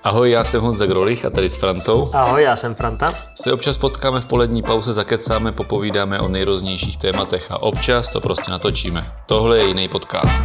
Ahoj, já jsem Honza Grolich a tady s Frantou. Ahoj, já jsem Franta. Se občas potkáme v polední pauze, zakecáme, popovídáme o nejrůznějších tématech a občas to prostě natočíme. Tohle je jiný podcast.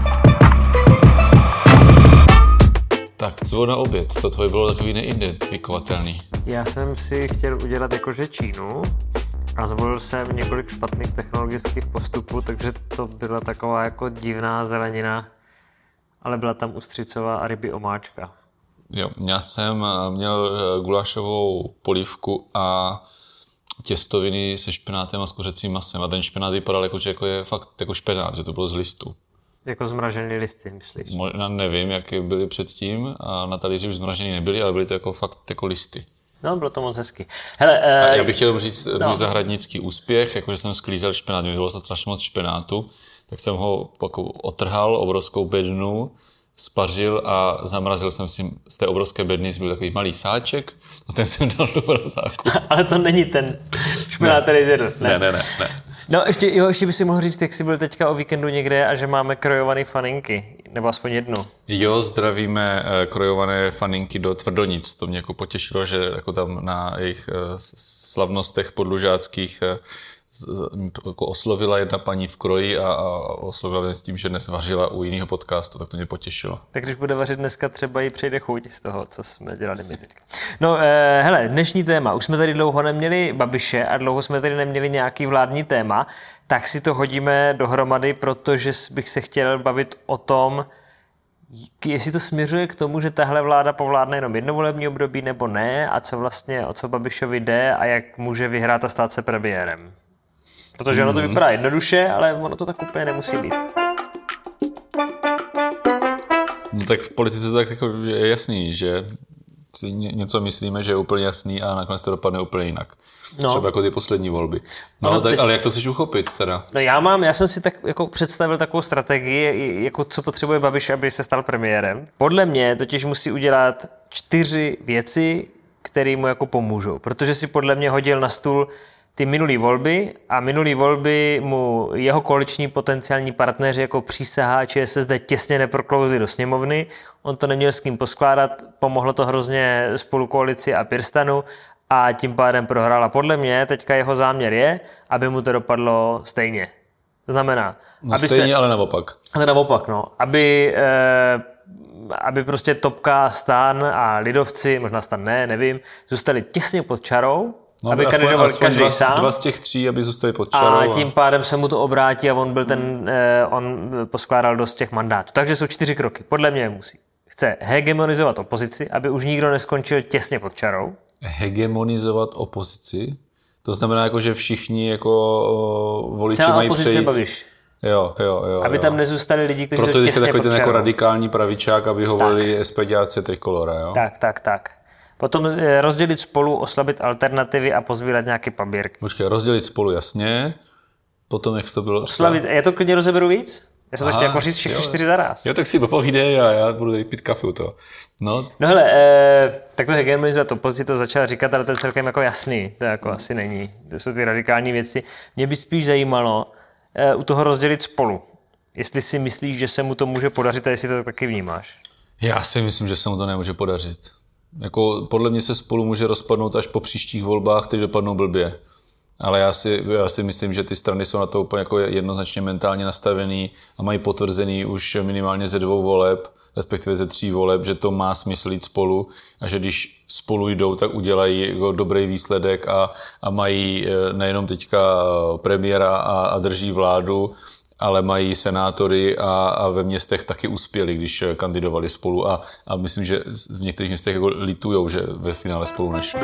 Tak co na oběd? To tvoje bylo takový neidentifikovatelný. Já jsem si chtěl udělat jakože Čínu a zvolil jsem několik špatných technologických postupů, takže to byla taková jako divná zelenina, ale byla tam ustřicová a rybí omáčka. Jo, já jsem měl gulášovou polívku a těstoviny se špenátem a s kuřecím masem. A ten špenát vypadal jako, že jako je fakt jako špenát, že to bylo z listu. Jako zmražený listy, myslíš? Možná nevím, jaké byly předtím a na talíři už zmražený nebyly, ale byly to jako fakt jako listy. No, bylo to moc hezky. Hele, a já bych chtěl říct můj zahradnický úspěch, jakože jsem sklízel špenát, mě bylo strašně moc špenátu, tak jsem ho otrhal obrovskou bednu, spařil a zamrazil jsem si z té obrovské bedny, byl takový malý sáček a ten jsem dal do prazáku. Ale to není ten špenát, který zjedl. Ne. No ještě by si mohl říct, jak jsi byl teďka o víkendu někde a že máme krojované faninky, nebo aspoň jednu. Jo, zdravíme krojované faninky do Tvrdonic. To mě jako potěšilo, že jako tam na jejich slavnostech podlužáckých jako oslovila jedna paní v kroji a oslovila mě s tím, že dnes vařila u jiného podcastu, tak to mě potěšilo. Tak když bude vařit dneska, třeba jí přejde chuť z toho, co jsme dělali my teďka. No hele, dnešní téma. Už jsme tady dlouho neměli Babiše a dlouho jsme tady neměli nějaký vládní téma, tak si to hodíme dohromady, protože bych se chtěl bavit o tom, jestli to směřuje k tomu, že tahle vláda povládne jenom jedno volební období nebo ne a co vlastně, o co Babišovi jde a jak může vyhrát a stát se premiérem. Protože ono to vypadá jednoduše, ale ono to tak úplně nemusí být. No tak v politice to tak jako je jasný, že si něco myslíme, že je úplně jasný a nakonec to dopadne úplně jinak. No. Třeba jako ty poslední volby. No, tak, ale jak to chceš uchopit teda? No já jsem si tak jako představil takovou strategii, jako co potřebuje Babiš, aby se stal premiérem. Podle mě totiž musí udělat 4 věci, které mu jako pomůžou. Protože si podle mě hodil na stůl ty minulý volby a minulý volby mu jeho koaliční potenciální partneři jako Přísaha a ČSSD těsně neproklouzli do sněmovny. On to neměl s kým poskládat, pomohlo to hrozně Spolukoalici a Pirstanu a tím pádem prohrál. A podle mě teďka jeho záměr je, aby mu to dopadlo stejně. To znamená, aby stejně, ale naopak. Ale naopak, no. Aby prostě Topka, STAN a lidovci, možná STAN ne, nevím, zůstali těsně pod čarou, no, aby kandidoval každý sám. 2 z těch 3, aby zůstali pod čarou. A tím pádem se mu to obrátí a on poskládal dost těch mandátů. Takže jsou 4 kroky. Podle mě musí. Chce hegemonizovat opozici, aby už nikdo neskončil těsně pod čarou. Hegemonizovat opozici? To znamená, jako, že všichni jako voliči celá mají opozice přejít... Babiš. Jo. Aby tam nezůstali lidi, kteří proto jsou těsně pod čarou. Proto je takový ten jako radikální pravičák, aby ho volili SPDáci Trikolora, jo? Tak. Potom rozdělit Spolu, oslabit alternativy a pozbírat nějaké pabírky. Počkej, rozdělit Spolu, jasně. Potom, jak to bylo... Oslavit, já to klidně rozeberu víc? Já jsem to chtěl jako říct všechny 4 zaraz. Jo, tak si popovídej a já budu tady pít kafe u toho. No hele, tak to hegemonizovat opozici to začal říkat, ale to je celkem jako jasný. To jako asi není. To jsou ty radikální věci. Mě by spíš zajímalo u toho rozdělit Spolu. Jestli si myslíš, že se mu to může podařit a jestli to taky vnímáš. Já si myslím, že se mu to nemůže podařit. Jako podle mě se Spolu může rozpadnout až po příštích volbách, které dopadnou blbě. Ale já si myslím, že ty strany jsou na to úplně jako jednoznačně mentálně nastavený a mají potvrzený už minimálně ze 2 voleb, respektive ze 3 voleb, že to má smysl jít Spolu a že když Spolu jdou, tak udělají jako dobrý výsledek a mají nejenom teďka premiéra a drží vládu, ale mají senátory a ve městech taky uspěli, když kandidovali Spolu a myslím, že v některých městech jako litujou, že ve finále Spolu nešli.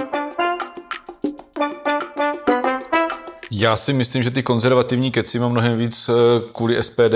Já si myslím, že ty konzervativní keci mám mnohem víc kvůli SPD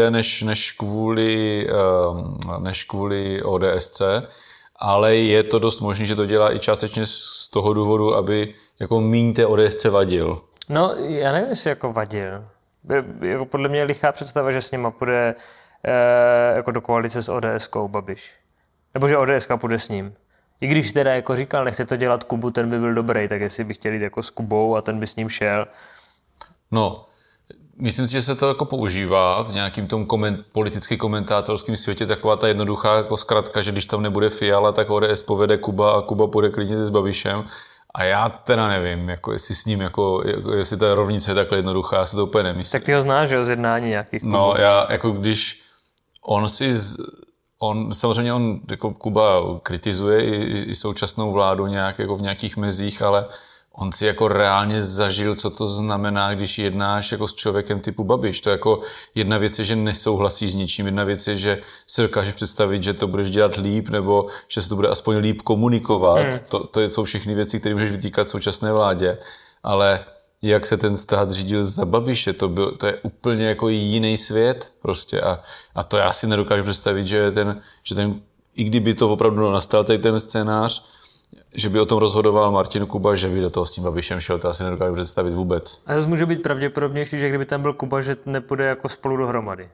než kvůli ODSC, ale je to dost možné, že to dělá i částečně z toho důvodu, aby jako míň té ODSC vadil. No, já nevím, jestli jako vadil. Jako podle mě je lichá představa, že s nima půjde jako do koalice s ODSkou Babiš. Nebo že ODSka půjde s ním. I když teda jako říkal, nechce to dělat Kubu, ten by byl dobrý, tak jestli by chtěl jít jako s Kubou a ten by s ním šel. No, Myslím si, že se to jako používá v nějakým tom politicky komentátorském světě, taková ta jednoduchá jako zkratka, že když tam nebude Fiala, tak ODS povede Kuba a Kuba půjde klidně s Babišem. A já teda nevím, jako jestli s ním, jestli ta rovnice je takhle jednoduchá, já si to úplně nemyslím. Tak ty ho znáš, že, z jednání nějakých klubů. No, já jako když samozřejmě jako Kuba kritizuje i současnou vládu nějak jako v nějakých mezích, ale on si jako reálně zažil, co to znamená, když jednáš jako s člověkem typu Babiš. To jako jedna věc je, že nesouhlasíš s ničím, jedna věc je, že si dokážeš představit, že to budeš dělat líp, nebo že se to bude aspoň líp komunikovat. To jsou všechny věci, které můžeš vytýkat současné vládě, ale jak se ten stát řídil za Babiše, to je úplně jako jiný svět prostě a to já si nedokážu představit, že ten, i kdyby to opravdu nastal tady ten scénář, že by o tom rozhodoval Martin Kuba, že by do toho s tím Babišem šel, to asi nedokážu představit vůbec. A zase může být pravděpodobnější, že kdyby tam byl Kuba, že nepůjde jako spolu dohromady.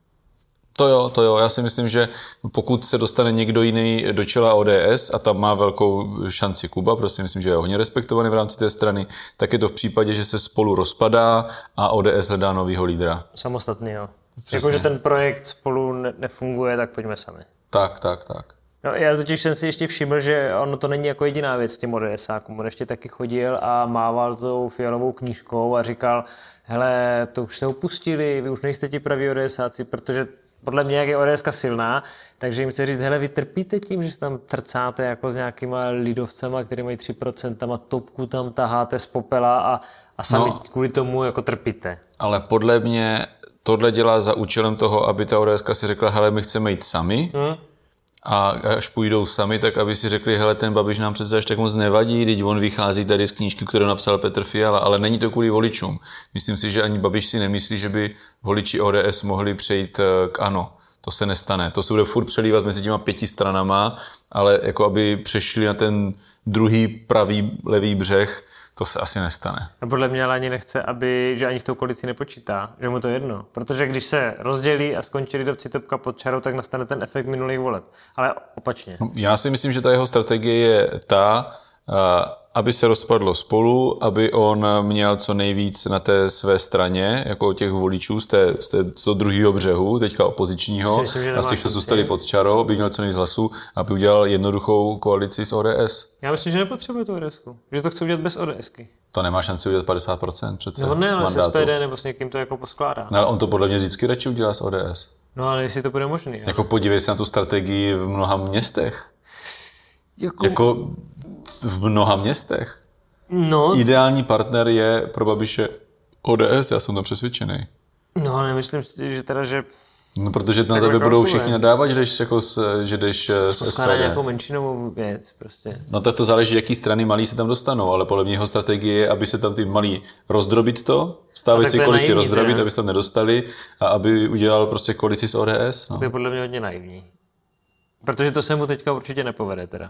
To jo. Já si myslím, že pokud se dostane někdo jiný do čela ODS a tam má velkou šanci Kuba, prostě myslím, že je hodně respektovaný v rámci té strany, tak je to v případě, že se spolu rozpadá a ODS hledá novýho lídra. Samostatný, jo. Jako, že ten projekt spolu nefunguje, tak pojďme sami. Tak. No, já totiž jsem si ještě všiml, že ono to není jako jediná věc s tím ODSákům. On ještě taky chodil a mával tou Fialovou knížkou a říkal, hele, to už se opustili, vy už nejste ti praví ODSáci, protože podle mě, jak je ODSka silná, takže jim chce říct, hele, vy trpíte tím, že se tam trcáte jako s nějakýma lidovcema, který mají 3%, a topku tam taháte z popela a sami kvůli tomu jako trpíte. Ale podle mě tohle dělá za účelem toho, aby ta ODSka si řekla, hele, my chceme jít sami, a až půjdou sami, tak aby si řekli, hele, ten Babiš nám přece až tak moc nevadí, teď on vychází tady z knížky, kterou napsal Petr Fiala, ale není to kvůli voličům. Myslím si, že ani Babiš si nemyslí, že by voliči ODS mohli přejít k ANO. To se nestane. To se bude furt přelívat mezi těma 5 stranama, ale jako aby přešli na ten druhý pravý levý břeh, to se asi nestane. A podle mě ale ani nechce, že ani s tou koalicí nepočítá, že mu to jedno. Protože když se rozdělí a skončí lidovci topka pod čarou, tak nastane ten efekt minulých voleb. Ale opačně. Já si myslím, že ta jeho strategie je ta, aby se rozpadlo spolu, aby on měl co nejvíc na té své straně, jako těch voličů z toho druhého břehu, teďka opozičního, a z těch, co zůstali pod čarou, aby měl co nejvíc hlasů, aby udělal jednoduchou koalici s ODS. Já myslím, že nepotřebuje tu ODSku, že to chce udělat bez ODSky. To nemá šanci udělat 50% přece. No ne, ale mandátu. s SPD nebo s někým to jako poskládá. No, ale on to podle mě vždycky radši udělá s ODS. No ale jestli to bude možný. Jako podívej se na tu strategii v mnoha městech. Jako v mnoha městech. No. Ideální partner je pro Babiše ODS, já jsem tam přesvědčený. No, nemyslím si, že teda, že... No, protože na tebe budou všichni nadávat, že jdeš s SPD. Nějakou menšinovou věc, prostě. No tak to záleží, jaký strany malí se tam dostanou, ale podle mě jeho strategie je, aby se tam ty malí rozdrobit stávající koalici rozdrobit, aby se tam nedostali a aby udělal prostě koalici s ODS. No. To je podle mě hodně naivní. Protože to se mu teďka určitě nepovede teda.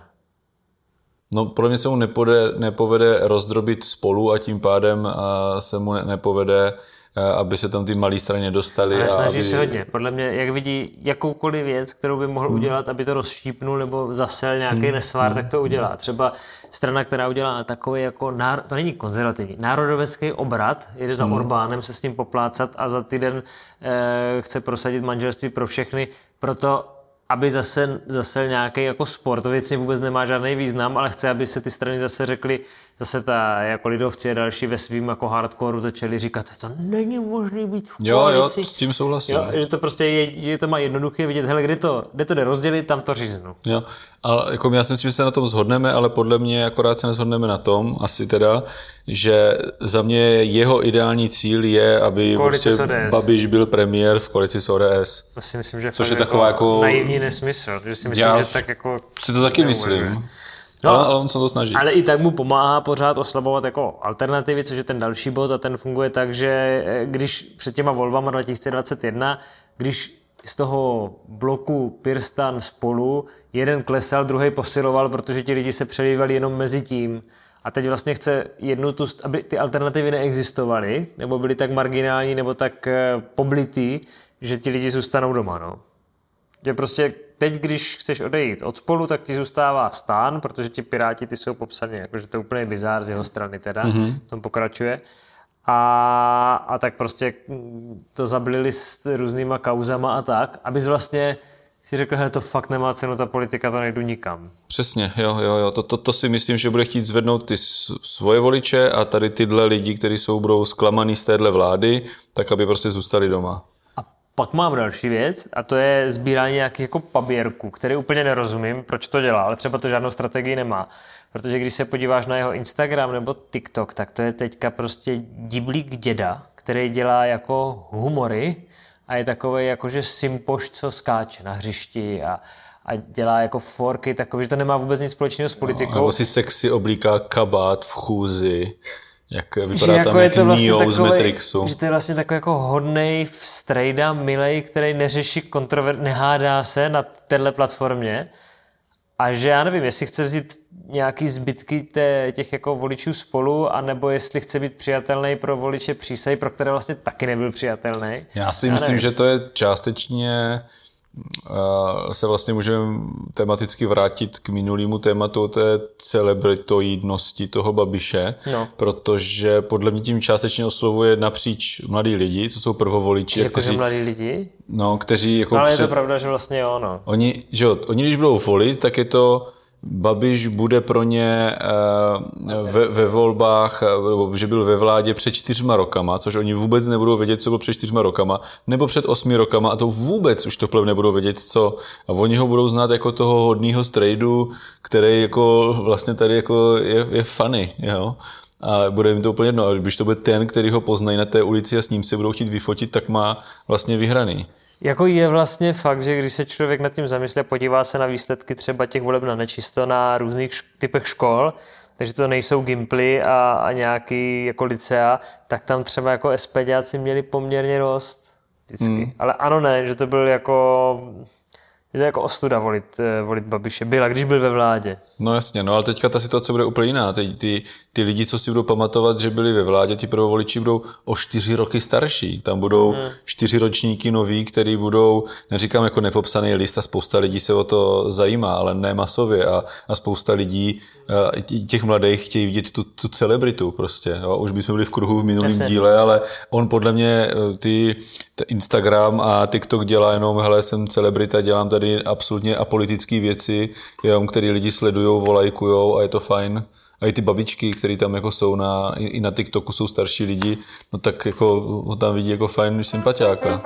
No, podle mě se mu nepovede rozdrobit spolu a tím pádem se mu nepovede, aby se tam ty malé strany nedostali. Ale snaží se hodně. Podle mě, jak vidí jakoukoliv věc, kterou by mohl udělat, aby to rozštípnul nebo zasel nějaký nesvár, tak to udělá. Třeba strana, která udělá takový jako, to není konzervativní, národovecký obrat, jede za Orbánem se s ním poplácat a za týden chce prosadit manželství pro všechny, proto aby zase nějaký jako sport. To věcně vůbec nemá žádný význam, ale chce, aby se ty strany zase řekly, zase ta jako lidovci a další ve svým jako hardcoreu začali říkat, to není možné být v koalici. Jo, s tím souhlasím. Jo, že to prostě že to má jednoduché vidět, hele, kde to jde rozdělit, tam to říznu. Jo, ale jako já si myslím, že se na tom shodneme, ale podle mě akorát se neshodneme na tom, asi teda, že za mě jeho ideální cíl je, aby prostě Babiš byl premiér v koalici s ODS. To si myslím, že což je taková jako naivní nesmysl, že si myslím, že tak jako si to taky myslím. No, ale on se to snaží. Ale i tak mu pomáhá pořád oslabovat jako alternativy, což je ten další bod a ten funguje tak, že když před těma volbama 2021, když z toho bloku Pirstan spolu jeden klesal, druhý posiloval, protože ti lidi se přelívali jenom mezi tím. A teď vlastně chce aby ty alternativy neexistovaly, nebo byly tak marginální, nebo tak poblitý, že ti lidi zůstanou doma. No. Že prostě teď, když chceš odejít od Spolu, tak ti zůstává STAN, protože ti Piráti ty jsou popsaní, jakože to je úplně bizár z jeho strany teda, v tom pokračuje. a tak prostě to zablili s různýma kauzama a tak, abys vlastně si řekl, že to fakt nemá cenu, ta politika, to nejdu nikam. Přesně, jo. To si myslím, že bude chtít zvednout ty svoje voliče a tady tyhle lidi, kteří budou zklamaný z téhle vlády, tak aby prostě zůstali doma. A pak mám další věc a to je sbírání nějakých jako paběrků, který úplně nerozumím, proč to dělá, ale třeba to žádnou strategii nemá. Protože když se podíváš na jeho Instagram nebo TikTok, tak to je teďka prostě diblík děda, který dělá jako humory a je takovej jakože simpoš, co skáče na hřišti a dělá jako forky, takový, že to nemá vůbec nic společného s politikou. No, nebo si sexy oblíká kabát v chůzi, jak vypadá jako tam jak vlastně Neo z Matrixu. Že to je vlastně takový jako hodnej strejda, milej, který neřeší nehádá se na téhle platformě. A že já nevím, jestli chce vzít nějaký zbytky těch jako voličů Spolu, anebo jestli chce být přijatelný pro voliče Přísahy, pro které vlastně taky nebyl přijatelný. Já si myslím, že to je částečně, se vlastně můžeme tematicky vrátit k minulému tématu o té celebritoidnosti toho Babiše, protože podle mě tím částečně oslovuje napříč mladí lidi, co jsou prvovoliči. Jakože mladí lidi? No, kteří jako... Ale je to pravda, že vlastně jo, no. Oni, když budou volit, tak je to Babiš bude pro ně ve volbách, že byl ve vládě před 4 rokama, což oni vůbec nebudou vědět, co bylo před 4 rokama, nebo před 8 rokama a to vůbec už tohle nebudou vědět, co. A oni ho budou znát jako toho hodného strejdu, který jako vlastně tady jako je funny, jo. A bude jim to úplně jedno. A když to bude ten, který ho poznají na té ulici a s ním se budou chtít vyfotit, tak má vlastně vyhraný. Jako je vlastně fakt, že když se člověk nad tím zamyslí a podívá se na výsledky třeba těch voleb na nečisto na různých typech škol, takže to nejsou gimply a nějaký jako licea, tak tam třeba jako SPďáci měli poměrně dost vždycky. Ale ano ne, že to byl jako ostuda volit Babiše. Byla, když byl ve vládě. No jasně, no ale teďka ta situace bude úplně jiná. Ty lidi, co si budou pamatovat, že byli ve vládě, ty prvovoliči budou o 4 roky starší. Tam budou 4 ročníky noví, který budou, neříkám jako nepopsaný list a spousta lidí se o to zajímá, ale ne masově a spousta lidí, těch mladých chtějí vidět tu celebritu prostě. Jo? Už bychom byli v kruhu v minulém díle, ale on podle mě Instagram a TikTok dělá jenom, hele, jsem celebrita, dělám tady absolutně apolitické věci, které lidi sledujou, volajkujou a je to fajn. A i ty babičky, které tam jako jsou i na TikToku, jsou starší lidi, no tak jako ho tam vidí jako fajn sympatiáka.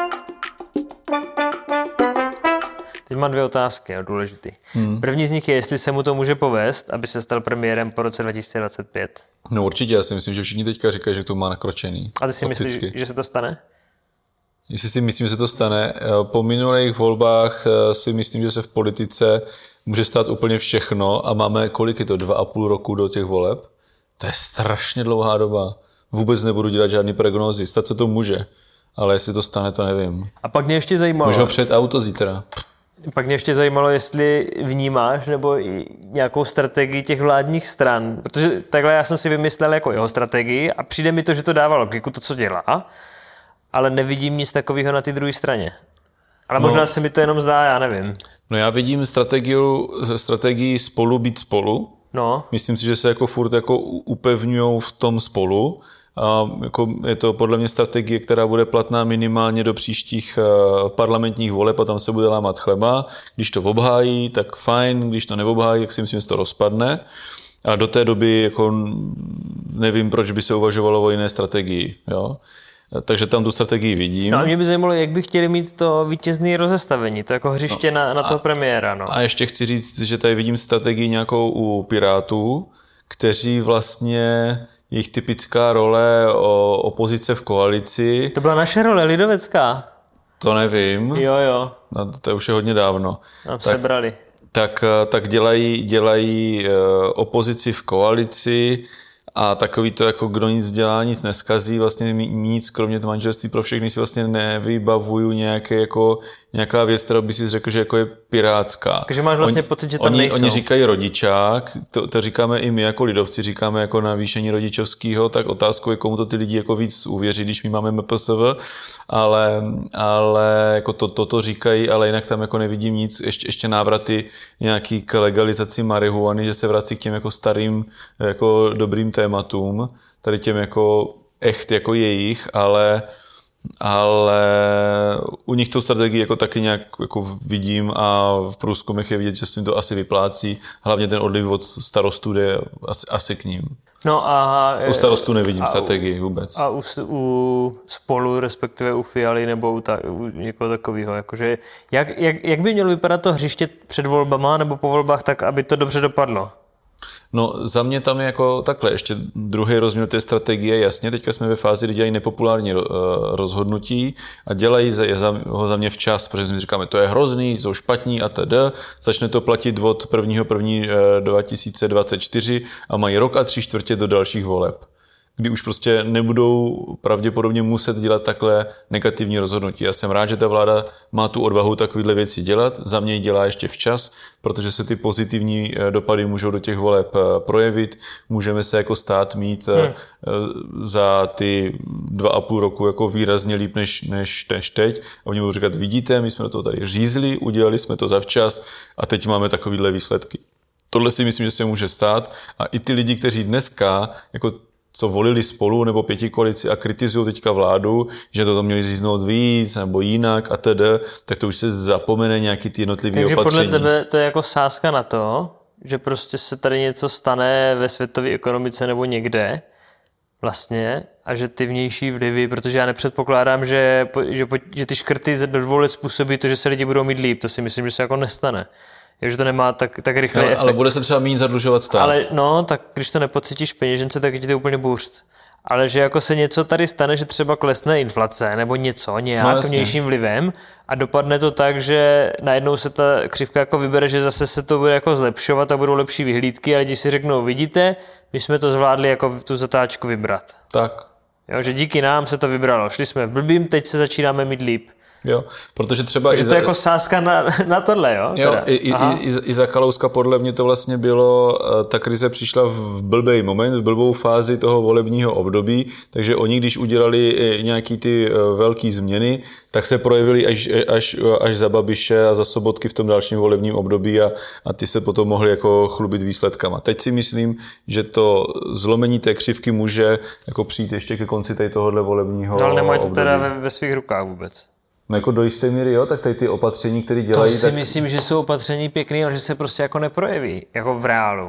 Teď mám 2 otázky, důležitý. První z nich je, jestli se mu to může povést, aby se stal premiérem po roce 2025. No určitě, já si myslím, že všichni teďka říkají, že to má nakročený. A ty si myslíš, že se to stane? Jestli si myslím, že se to stane. Po minulých volbách si myslím, že se v politice může stát úplně všechno a máme, kolik je to, 2,5 roku do těch voleb? To je strašně dlouhá doba. Vůbec nebudu dělat žádný prognózy. Stát se to může, ale jestli to stane, to nevím. A pak mě ještě zajímalo... Můžu před auto zítra. Pak mě ještě zajímalo, jestli vnímáš nebo nějakou strategii těch vládních stran, protože takhle já jsem si vymyslel jako jeho strategii a přijde mi to, že to dává logiku, to, co dělá, ale nevidím nic takového na té druhé straně. Ale možná se mi to jenom zdá, já nevím. No já vidím strategii spolu být spolu. No. Myslím si, že se jako furt jako upevňujou v tom spolu. A jako je to podle mě strategie, která bude platná minimálně do příštích parlamentních voleb a tam se bude lámat chleba. Když to obhájí, tak fajn, když to neobhájí, tak si myslím, že to rozpadne. A do té doby jako nevím, proč by se uvažovalo o jiné strategii. Jo? Takže tam tu strategii vidím. No a mě by zajímalo, jak by chtěli mít to vítězné rozestavení, to jako hřiště na toho premiéra. No. A ještě chci říct, že tady vidím strategii nějakou u Pirátů, kteří vlastně jejich typická role o opozice v koalici. To byla naše role, lidovecká. To nevím. Jo. No, to už je hodně dávno. Nám sebrali. Tak dělají opozici v koalici a takový to, jako kdo nic dělá, nic neskazí, vlastně nic, kromě to manželství pro všechny si vlastně nevybavuju nějaká věc, která by si řekl, že jako je pirátská. Takže máš vlastně pocit, že tam nejsou. Oni říkají rodičák, to říkáme i my jako lidovci, říkáme jako navýšení rodičovského, tak otázkou je, komu to ty lidi jako víc uvěří, když my máme MPSV, ale jako to říkají, ale jinak tam jako nevidím nic, ještě návraty nějaký k legalizaci marihuany, že se vrací k těm jako starým, jako dobrým tématům, tady těm jako echt jako jejich, ale u nich tu strategii jako taky nějak jako vidím a v průzkumech je vidět, že se jim to asi vyplácí. Hlavně ten odliv od starostů jde asi k ním. No a u starostů nevidím strategii vůbec. A u Spolu, respektive u Fialy nebo u někoho takového, jakože jak by mělo vypadat to hřiště před volbama nebo po volbách tak, aby to dobře dopadlo? No za mě tam je jako takhle, ještě druhý rozměr té strategie, jasně, teďka jsme ve fázi, kdy dělají nepopulární rozhodnutí a dělají ho za mě včas, protože my říkáme, to je hrozný, jsou špatní a tedy. Začne to platit od 1.1.2024 a mají rok a 3/4 do dalších voleb, kdy už prostě nebudou pravděpodobně muset dělat takhle negativní rozhodnutí. Já jsem rád, že ta vláda má tu odvahu takovéhle věci dělat. Za mě ji dělá ještě včas, protože se ty pozitivní dopady můžou do těch voleb projevit. Můžeme se jako stát mít za ty 2,5 roku jako výrazně líp než teď. A oni budou říkat, vidíte, my jsme do toho tady řízli, udělali jsme to zavčas a teď máme takovéhle výsledky. Tohle si myslím, že se může stát a i ty lidi, kteří dneska jako co volili Spolu nebo pětikoalici a kritizují teďka vládu, že to měli říznout víc nebo jinak a tedy, tak to už se zapomene nějaký ty jednotlivý opatření. Takže podle tebe to je jako sázka na to, že prostě se tady něco stane ve světové ekonomice nebo někde vlastně a že ty vnější vlivy, protože já nepředpokládám, že ty škrty do voleb způsobí to, že se lidi budou mít líp, to si myslím, že se jako nestane. že to nemá tak rychlý efekt. Ale bude se třeba méně zadlužovat stát. Ale no, tak když to nepocítíš v peněžence, tak ti to úplně bůřt. Ale že jako se něco tady stane, že třeba klesne inflace nebo něco, nějak vnějším vlivem a dopadne to tak, že najednou se ta křivka jako vybere, že zase se to bude jako zlepšovat a budou lepší vyhlídky a lidi si řeknou, vidíte, my jsme to zvládli jako tu zatáčku vybrat. Tak. Jo, že díky nám se to vybralo. Šli jsme v blbým, teď se začínáme mít líp. Jo, protože třeba... Že to je jako sázka na tohle, jo? Jo, i za Kalouska podle mě to vlastně bylo, ta krize přišla v blbý moment, v blbou fázi toho volebního období, takže oni, když udělali nějaký ty velký změny, tak se projevili až za Babiše a za Sobotky v tom dalším volebním období a ty se potom mohli jako chlubit výsledkama. Teď si myslím, že to zlomení té křivky může jako přijít ještě ke konci tohohle volebního období. Ale nemají to teda ve svých rukách vůbec. No jako do jisté míry, jo, tak tady ty opatření, které dělají... To si myslím, že jsou opatření pěkný, ale že se prostě jako neprojeví, jako v reálu.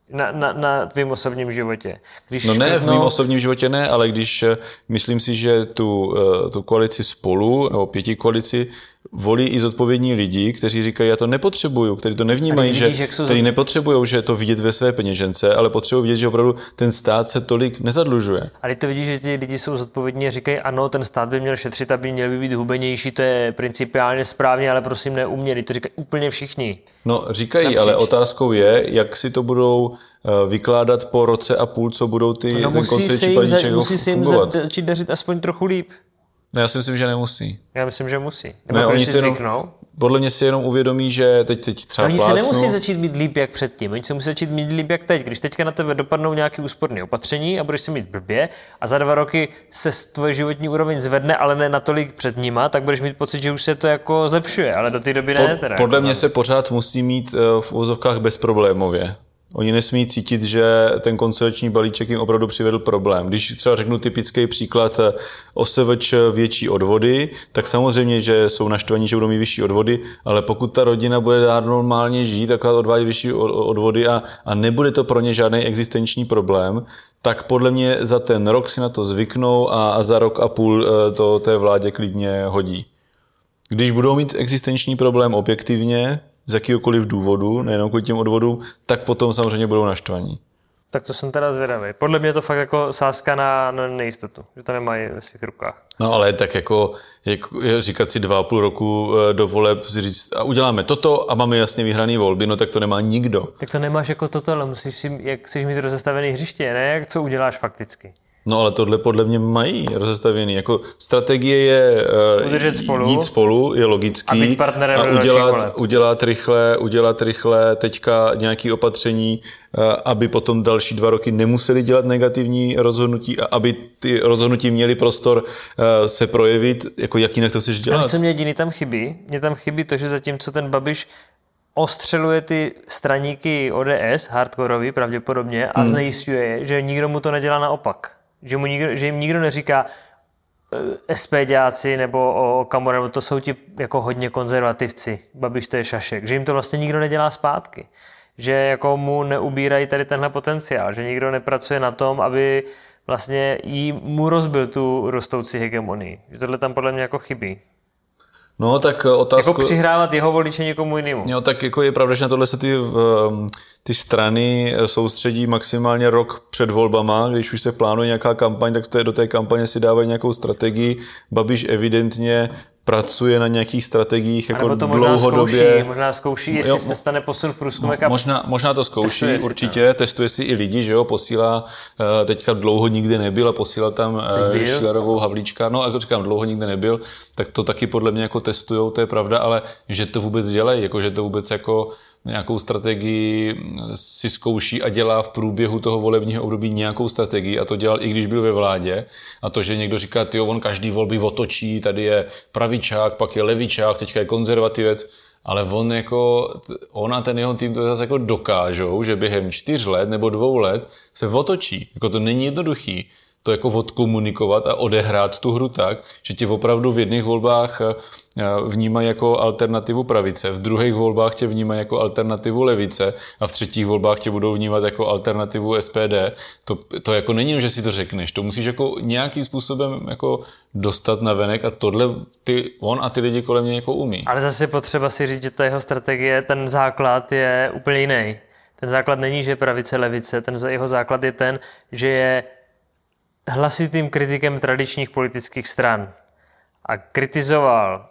Na tvým osobním životě. V mým osobním životě ne, ale když myslím si, že tu koalici Spolu, nebo pětikoalici, volí i zodpovědní lidi, kteří říkají, já to nepotřebuju, kteří to nevnímají, kteří nepotřebují, že to vidět ve své peněžence, ale potřebují vidět, že opravdu ten stát se tolik nezadlužuje. Ale ty vidíš, že ti lidi jsou zodpovědní a říkají, ano, ten stát by měl šetřit, aby měl by být hubenější, to je principiálně správně, ale prosím neuměli, to říkají úplně všichni. No říkají, ale otázkou je, jak si to budou vykládat po roce a půl, co budou ten konsolidační balíček fungovat. Musí se jim začít dařit aspoň trochu líp. Já si myslím, že nemusí. Já myslím, že musí. Nebo když si zvyknou. Podle mě si jenom uvědomí, že teď třeba oni se nemusí začít mít líp jak předtím. Oni se musí začít mít líp jak teď. Když teďka na tebe dopadnou nějaké úsporné opatření a budeš si mít blbě a za 2 roky se tvoje životní úroveň zvedne, ale ne natolik před nima, tak budeš mít pocit, že už se to jako zlepšuje, ale do té doby ne. Teda, podle jako mě se pořád musí mít v uvozovkách bezproblémově. Oni nesmí cítit, že ten konsolidační balíček jim opravdu přivedl problém. Když třeba řeknu typický příklad OSVČ větší odvody, tak samozřejmě, že jsou naštvaní, že budou mít vyšší odvody, ale pokud ta rodina bude dát normálně žít, tak odvádí vyšší odvody a nebude to pro ně žádný existenční problém, tak podle mě za ten rok si na to zvyknou a za rok a půl to té vládě klidně hodí. Když budou mít existenční problém objektivně, z jakýhokoliv důvodu, nejenom kvůli těm odvodům, tak potom samozřejmě budou naštvaní. Tak to jsem teda zvědavý. Podle mě je to fakt jako sázka na nejistotu, že to nemají ve svých rukách. No ale tak jako říkat si 2,5 roku do voleb, říct, a uděláme toto a máme jasně vyhraný volby, no tak to nemá nikdo. Tak to nemáš jako toto, ale musíš si, jak chceš mít rozestavený hřiště, ne? Jak co uděláš fakticky. No ale tohle podle mě mají rozestavěný. Jako strategie je jít spolu, je logický. A být partnerem udělat rychle teďka nějaké opatření, aby potom další 2 roky nemuseli dělat negativní rozhodnutí a aby ty rozhodnutí měly prostor se projevit, jako jak jinak to chceš dělat. A co mě jediný tam chybí? Mně tam chybí to, že zatímco ten Babiš ostřeluje ty straníky ODS, hardkorový pravděpodobně, a znejistuje je, že nikdo mu to nedělá naopak. Že jim nikdo neříká SPďáci nebo o Okamura, nebo to jsou ti jako hodně konzervativci, Babiš to je šašek, že jim to vlastně nikdo nedělá zpátky. Že jako mu neubírají tady tenhle potenciál, že nikdo nepracuje na tom, aby vlastně mu rozbil tu rostoucí hegemonii. Že tohle tam podle mě jako chybí. No, tak otázku... Jako přihrávat jeho voliče někomu jinému. Jo, tak jako je pravda, že na tohle se ty strany soustředí maximálně rok před volbama, když už se plánuje nějaká kampaň, tak do té kampaně si dávají nějakou strategii. Babiš evidentně pracuje na nějakých strategiích jako dlouhodobě. Možná zkouší, jestli se stane posun v průzkumech. Možná to zkouší, určitě. Testuje si i lidi, že jo, posílá, teďka dlouho nikdy nebyl a posílal tam Schillerovou, Havlíčka. No, jako říkám, dlouho nikdy nebyl, tak to taky podle mě jako testujou, to je pravda, ale že to vůbec dělají, jako že to vůbec jako nějakou strategii si zkouší a dělá v průběhu toho volebního období nějakou strategii a to dělal i když byl ve vládě a to, že někdo říká, tyjo, on každý volby otočí, tady je pravičák, pak je levičák, teďka je konzervativec, ale on a ten jeho tým to zase jako dokážou, že během 4 let nebo 2 let se otočí. Jako to není jednoduchý. To jako odkomunikovat a odehrát tu hru tak, že tě opravdu v jedných volbách vnímají jako alternativu pravice, v druhých volbách tě vnímají jako alternativu levice a v třetích volbách tě budou vnímat jako alternativu SPD. To jako není, že si to řekneš, to musíš jako nějakým způsobem jako dostat na venek a tohle on a ty lidi kolem něj jako umí. Ale zase potřeba si říct, že ta jeho strategie, ten základ je úplně jiný. Ten základ není, že je pravice, levice, jeho základ je ten, že je hlasitým kritikem tradičních politických stran a kritizoval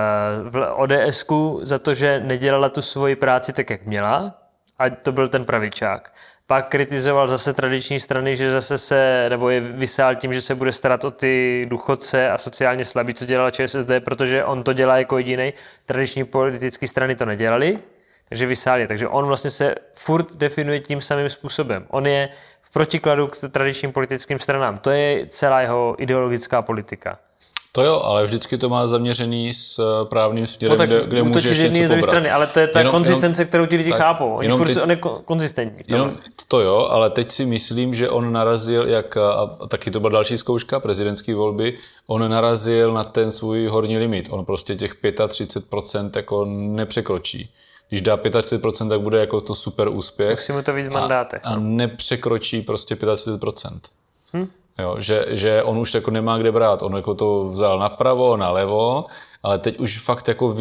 ODSku za to, že nedělala tu svoji práci tak, jak měla, a to byl ten pravičák. Pak kritizoval zase tradiční strany, že zase nebo je vysál tím, že se bude starat o ty důchodce a sociálně slabí, co dělala ČSSD, protože on to dělá jako jedinej. Tradiční politické strany to nedělali, takže vysál je. Takže on vlastně se furt definuje tím samým způsobem. On je v protikladu k tradičním politickým stranám. To je celá jeho ideologická politika. To jo, ale vždycky to má zaměřený s právním směrem, kde může ještě něco pobrat. Strany, ale to je ta konzistence, kterou ti lidi chápou. Oni furt on je konzistentní. To jo, ale teď si myslím, že on narazil, a taky to byla další zkouška, prezidentské volby, on narazil na ten svůj horní limit. On prostě těch 35% jako nepřekročí. Když dá 35%, tak bude jako to super úspěch. Musíme to víc mandátech. A nepřekročí prostě 35%. Jo, že on už jako nemá kde brát. On jako to vzal napravo, nalevo, ale teď už fakt jako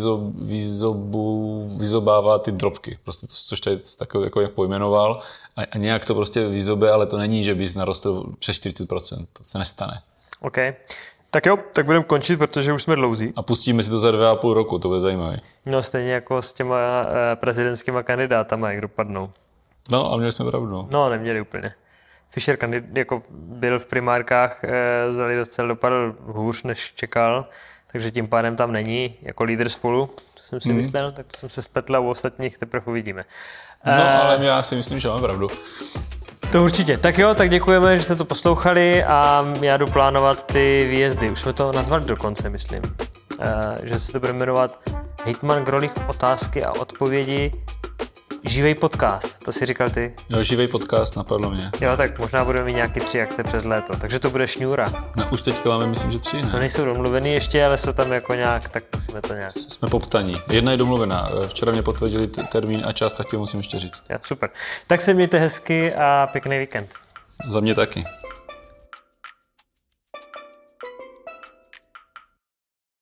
vyzobává ty drobky. Prostě to, což tady takový jako jak pojmenoval. A nějak to prostě vyzobe, ale to není, že bys narostl přes 40%. To se nestane. OK. Tak jo, tak budeme končit, protože už jsme dlouzí. A pustíme si to za 2,5 roku, to bude zajímavé. No stejně jako s těma prezidentskýma kandidátama, jak dopadnou. No a měli jsme pravdu. No, neměli úplně. Fischer jako byl v primárkách, za lidovce dopadl hůř, než čekal, takže tím pádem tam není jako lídr Spolu, to jsem si myslel, tak jsem se spletl a u ostatních teprve uvidíme. No, ale já si myslím, že mám pravdu. To určitě. Tak jo, tak děkujeme, že jste to poslouchali a já jdu plánovat ty výjezdy. Už jsme to nazvali dokonce, myslím. Že se to bude jmenovat Hejtman Grolich otázky a odpovědi. Živej podcast, to si říkal ty? Jo, živej podcast, napadlo mě. Jo, tak možná budeme mít nějaký 3 akce přes léto, takže to bude šňůra. No už teďka máme, myslím, že 3, ne? No nejsou domluvený ještě, ale jsou tam jako nějak, tak musíme to nějak. Jsme poptaní. Jedna je domluvená, včera mě potvrdili termín a čas, tak tě musím ještě říct. Jo, super. Tak se mějte hezky a pěkný víkend. Za mě taky.